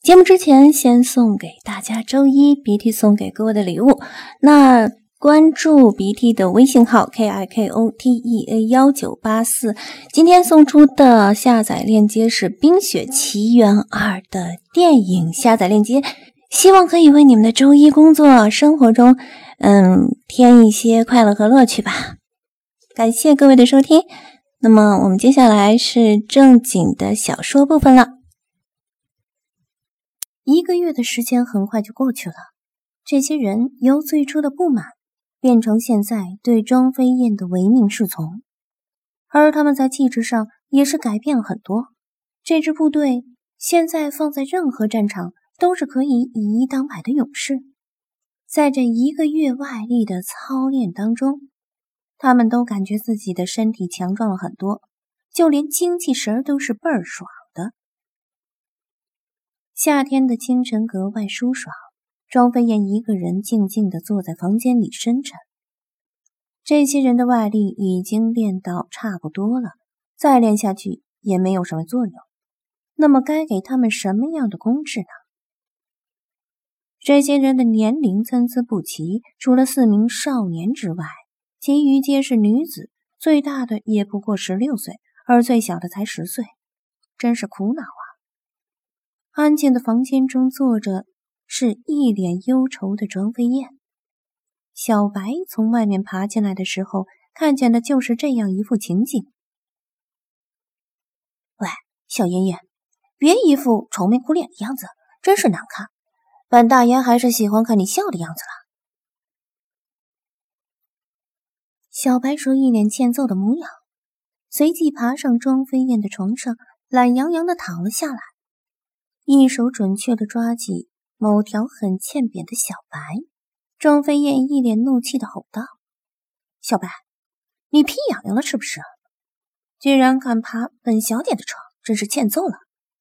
节目之前先送给大家周一鼻涕送给各位的礼物，那关注鼻涕的微信号 KIKOTEA1984，今天送出的下载链接是《冰雪奇缘2》的电影下载链接，希望可以为你们的周一工作生活中添一些快乐和乐趣吧。感谢各位的收听，那么我们接下来是正经的小说部分了。1个月的时间很快就过去了，这些人由最初的不满变成现在对庄飞燕的唯命是从，而他们在气质上也是改变了很多。这支部队现在放在任何战场都是可以以一当百的勇士。在这1个月外力的操练当中，他们都感觉自己的身体强壮了很多，就连精气神都是倍儿爽的。夏天的清晨格外舒爽，庄飞燕一个人静静地坐在房间里深沉。这些人的外力已经练到差不多了，再练下去也没有什么作用。那么该给他们什么样的工治呢？这些人的年龄参差不齐，除了4名少年之外，其余皆是女子，最大的也不过16岁，而最小的才10岁，真是苦恼啊！安静的房间中坐着是一脸忧愁的庄飞燕。小白从外面爬进来的时候，看见的就是这样一副情景。喂，小妍妍，别一副愁眉苦脸的样子，真是难看。本大爷还是喜欢看你笑的样子了。小白蛇一脸欠揍的模样，随即爬上庄飞燕的床上，懒洋洋地躺了下来，一手准确地抓起某条很欠扁的小白。庄飞燕一脸怒气地吼道：“小白，你屁痒痒了是不是？居然敢爬本小姐的床，真是欠揍了！”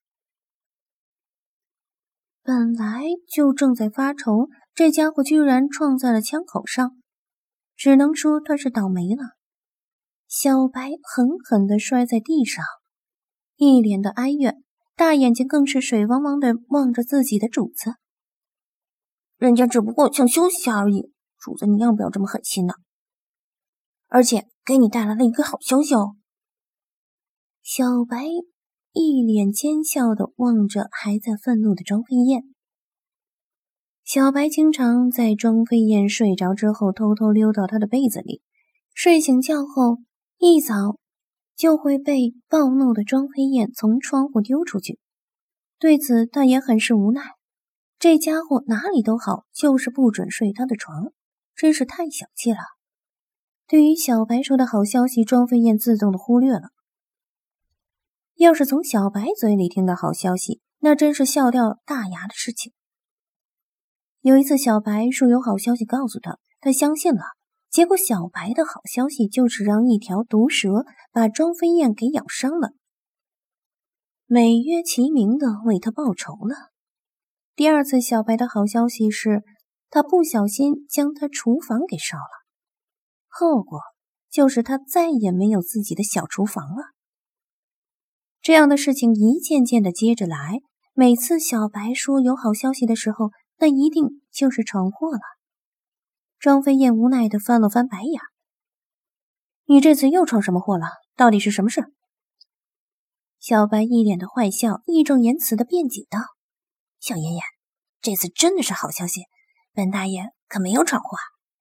本来就正在发愁，这家伙居然撞在了枪口上，只能说他是倒霉了。小白狠狠地摔在地上，一脸的哀怨，大眼睛更是水汪汪地望着自己的主子。人家只不过想休息下而已，主子你要不要这么狠心呢？而且给你带来了一个好消息哦。小白一脸奸笑地望着还在愤怒的庄飞燕。小白经常在庄飞燕睡着之后偷偷溜到她的被子里，睡醒觉后一早就会被暴怒的庄飞燕从窗户丢出去。对此他也很是无奈，这家伙哪里都好，就是不准睡他的床，真是太小气了。对于小白说的好消息，庄飞燕自动的忽略了。要是从小白嘴里听到好消息，那真是笑掉大牙的事情。有一次小白说有好消息告诉他，他相信了，结果小白的好消息就是让一条毒蛇把庄飞燕给咬伤了，美曰其名的为他报仇了。第二次小白的好消息是他不小心将他厨房给烧了，后果就是他再也没有自己的小厨房了。这样的事情一件件的接着来，每次小白说有好消息的时候，那一定就是闯祸了。庄飞燕无奈地翻了翻白眼：“你这次又闯什么祸了？到底是什么事？”小白一脸的坏笑，义正言辞地辩解道：“小妍妍，这次真的是好消息，本大爷可没有闯祸。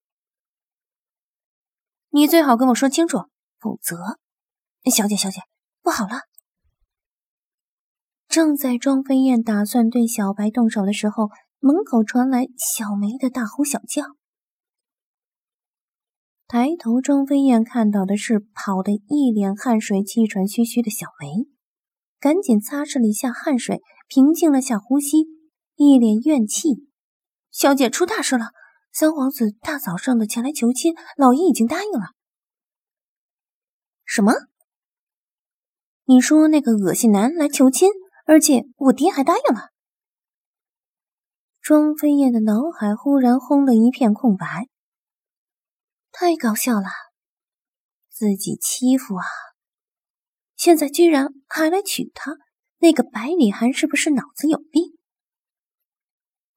你最好跟我说清楚，否则……小姐，不好了！”正在庄飞燕打算对小白动手的时候，门口传来小梅的大呼小叫。抬头，庄飞燕看到的是跑得一脸汗水、气喘吁吁的小梅，赶紧擦拭了一下汗水，平静了下呼吸，一脸怨气：“小姐出大事了！三皇子大早上的前来求亲，老爷已经答应了。”“什么？你说那个恶心男来求亲？而且我爹还答应了？”庄飞燕的脑海忽然轰了一片空白。太搞笑了，自己欺负啊，现在居然还来娶她，那个百里寒是不是脑子有病？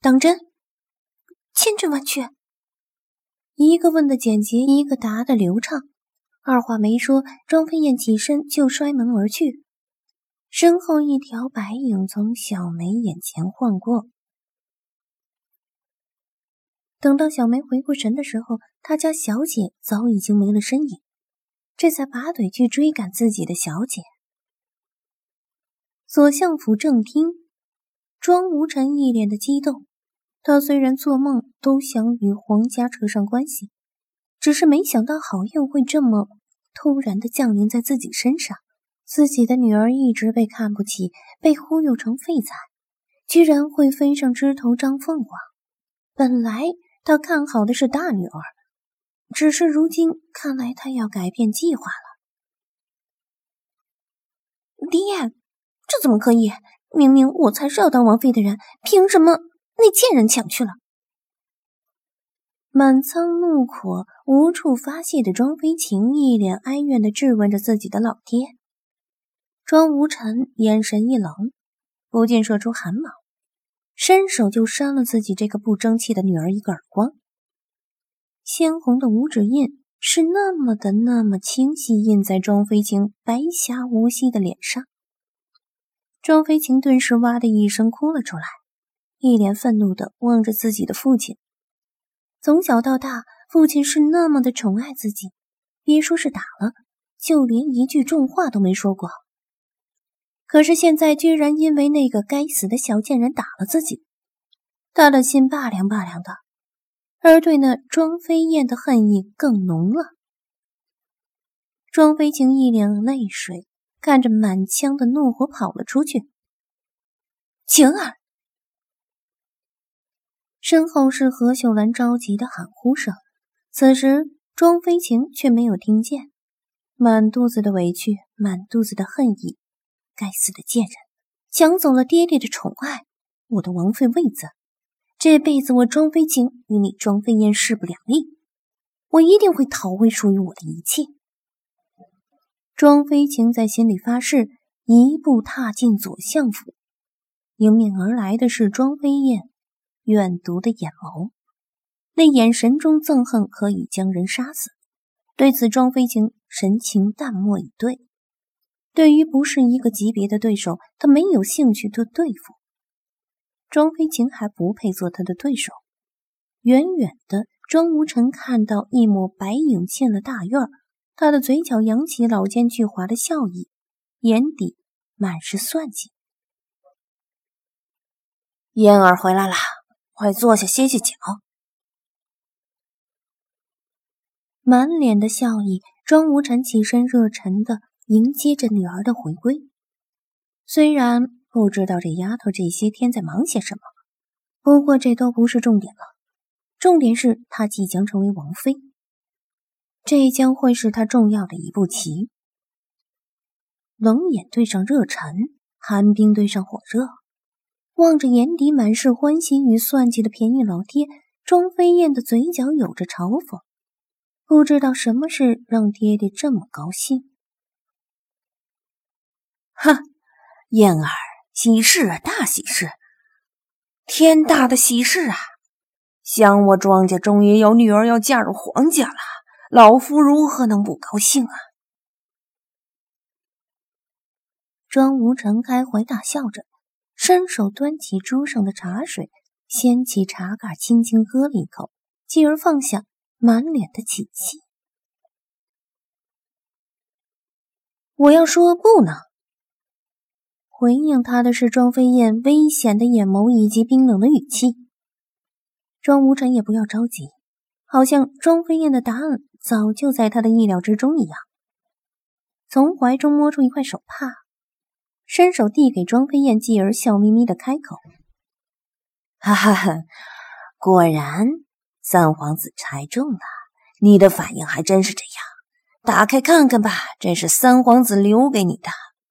当真？千真万确。一个问得简洁，一个答得流畅，二话没说，庄飞燕起身就摔门而去。身后一条白影从小梅眼前晃过。等到小梅回过神的时候，她家小姐早已经没了身影，这才拔腿去追赶自己的小姐。左相府正厅，庄无尘一脸的激动。他虽然做梦都想与皇家扯上关系，只是没想到好运会这么突然的降临在自己身上。自己的女儿一直被看不起，被忽悠成废材，居然会飞上枝头张凤凰。本来他看好的是大女儿，只是如今看来他要改变计划了。爹，这怎么可以？明明我才是要当王妃的人，凭什么那贱人抢去了？满仓怒火无处发泄的庄飞晴一脸哀怨地质问着自己的老爹。庄无尘眼神一冷，不禁射出汗毛，伸手就扇了自己这个不争气的女儿一个耳光。鲜红的五指印是那么清晰印在庄飞晴白皙无皙的脸上。庄飞晴顿时哇的一声哭了出来，一脸愤怒地望着自己的父亲。从小到大，父亲是那么的宠爱自己，别说是打了，就连一句重话都没说过。可是现在居然因为那个该死的小贱人打了自己，他的心拔凉拔凉的，而对那庄飞燕的恨意更浓了。庄飞晴一脸泪水，看着满腔的怒火跑了出去。晴儿！身后是何秀兰着急的喊呼声，此时庄飞晴却没有听见，满肚子的委屈，满肚子的恨意。该死的贱人，抢走了爹爹的宠爱，我的王妃位子，这辈子我庄飞晴与你庄飞燕势不两立，我一定会讨回属于我的一切。庄飞晴在心里发誓，一步踏进左相府，迎面而来的是庄飞燕远毒的眼眸，那眼神中憎恨可以将人杀死。对此，庄飞晴神情淡漠以对。对于不是一个级别的对手，他没有兴趣去对付。庄飞晴还不配做他的对手。远远的，庄无尘看到一抹白影进了大院，他的嘴角扬起老奸巨猾的笑意，眼底满是算计。 燕儿回来了，快坐下歇歇脚。 满脸的笑意，庄无尘起身热忱的迎接着女儿的回归。虽然不知道这丫头这些天在忙些什么，不过这都不是重点了。重点是她即将成为王妃，这将会是她重要的一步棋。冷眼对上热忱，寒冰对上火热，望着眼底满是欢喜与算计的便宜老爹，庄飞燕的嘴角有着嘲讽，不知道什么事让爹爹这么高兴。 哼，燕儿，喜事啊，大喜事！天大的喜事啊！想我庄家终于有女儿要嫁入皇家了，老夫如何能不高兴啊？ 庄无尘开怀大笑着，伸手端起桌上的茶水，掀起茶盖轻轻喝了一口，继而放下，满脸的喜气。我要说不呢。回应他的是庄飞燕危险的眼眸以及冰冷的语气。庄无尘也不要着急，好像庄飞燕的答案早就在他的意料之中一样。从怀中摸出一块手帕，伸手递给庄飞燕，继而笑眯眯的开口： 哈哈哈，果然三皇子猜中了，你的反应还真是这样。打开看看吧，这是三皇子留给你的。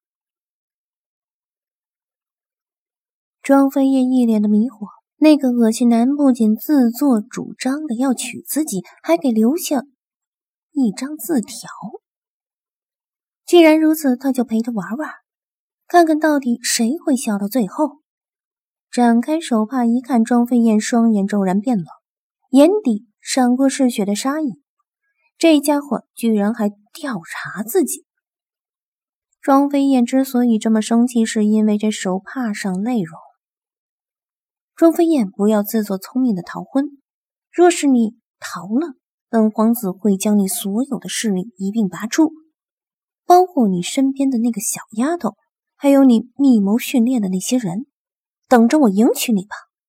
庄飞燕一脸的迷惑，那个恶心男不仅自作主张的要娶自己，还给留下一张字条。既然如此，他就陪他玩玩，看看到底谁会笑到最后。 展开手帕一看，庄飞燕双眼骤然变冷，眼底闪过嗜血的杀意。这家伙居然还调查自己！庄飞燕之所以这么生气，是因为这手帕上内容。庄飞燕，不要自作聪明的逃婚，若是你逃了，本皇子会将你所有的势力一并拔出，包括你身边的那个小丫头，还有你密谋训练的那些人，等着我迎娶你吧！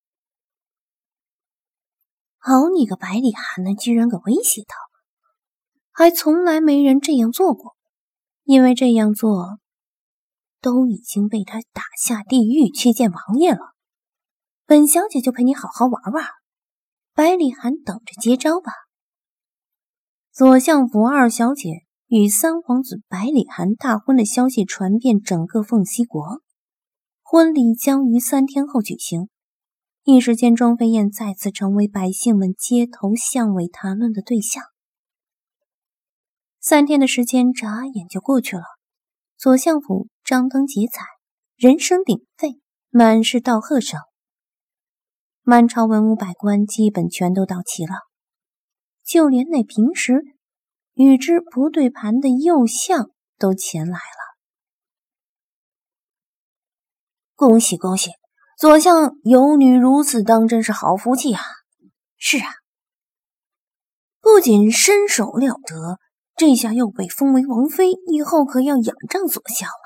好你个百里寒呢，居然给威胁他！还从来没人这样做过，因为这样做都已经被他打下地狱去见王爷了。本小姐就陪你好好玩玩，百里寒等着接招吧。左相府二小姐与三皇子百里寒大婚的消息传遍整个凤西国，婚礼将于3天后举行。一时间，庄飞燕再次成为百姓们街头巷尾谈论的对象。3天的时间眨眼就过去了，左相府张灯结彩，人声鼎沸，满是道贺声。满朝文武百官基本全都到齐了，就连那平时与之不对盘的右相都前来了。恭喜恭喜，左相有女如此当真是好福气啊！是啊，不仅身手了得，这下又被封为王妃，以后可要仰仗左相了。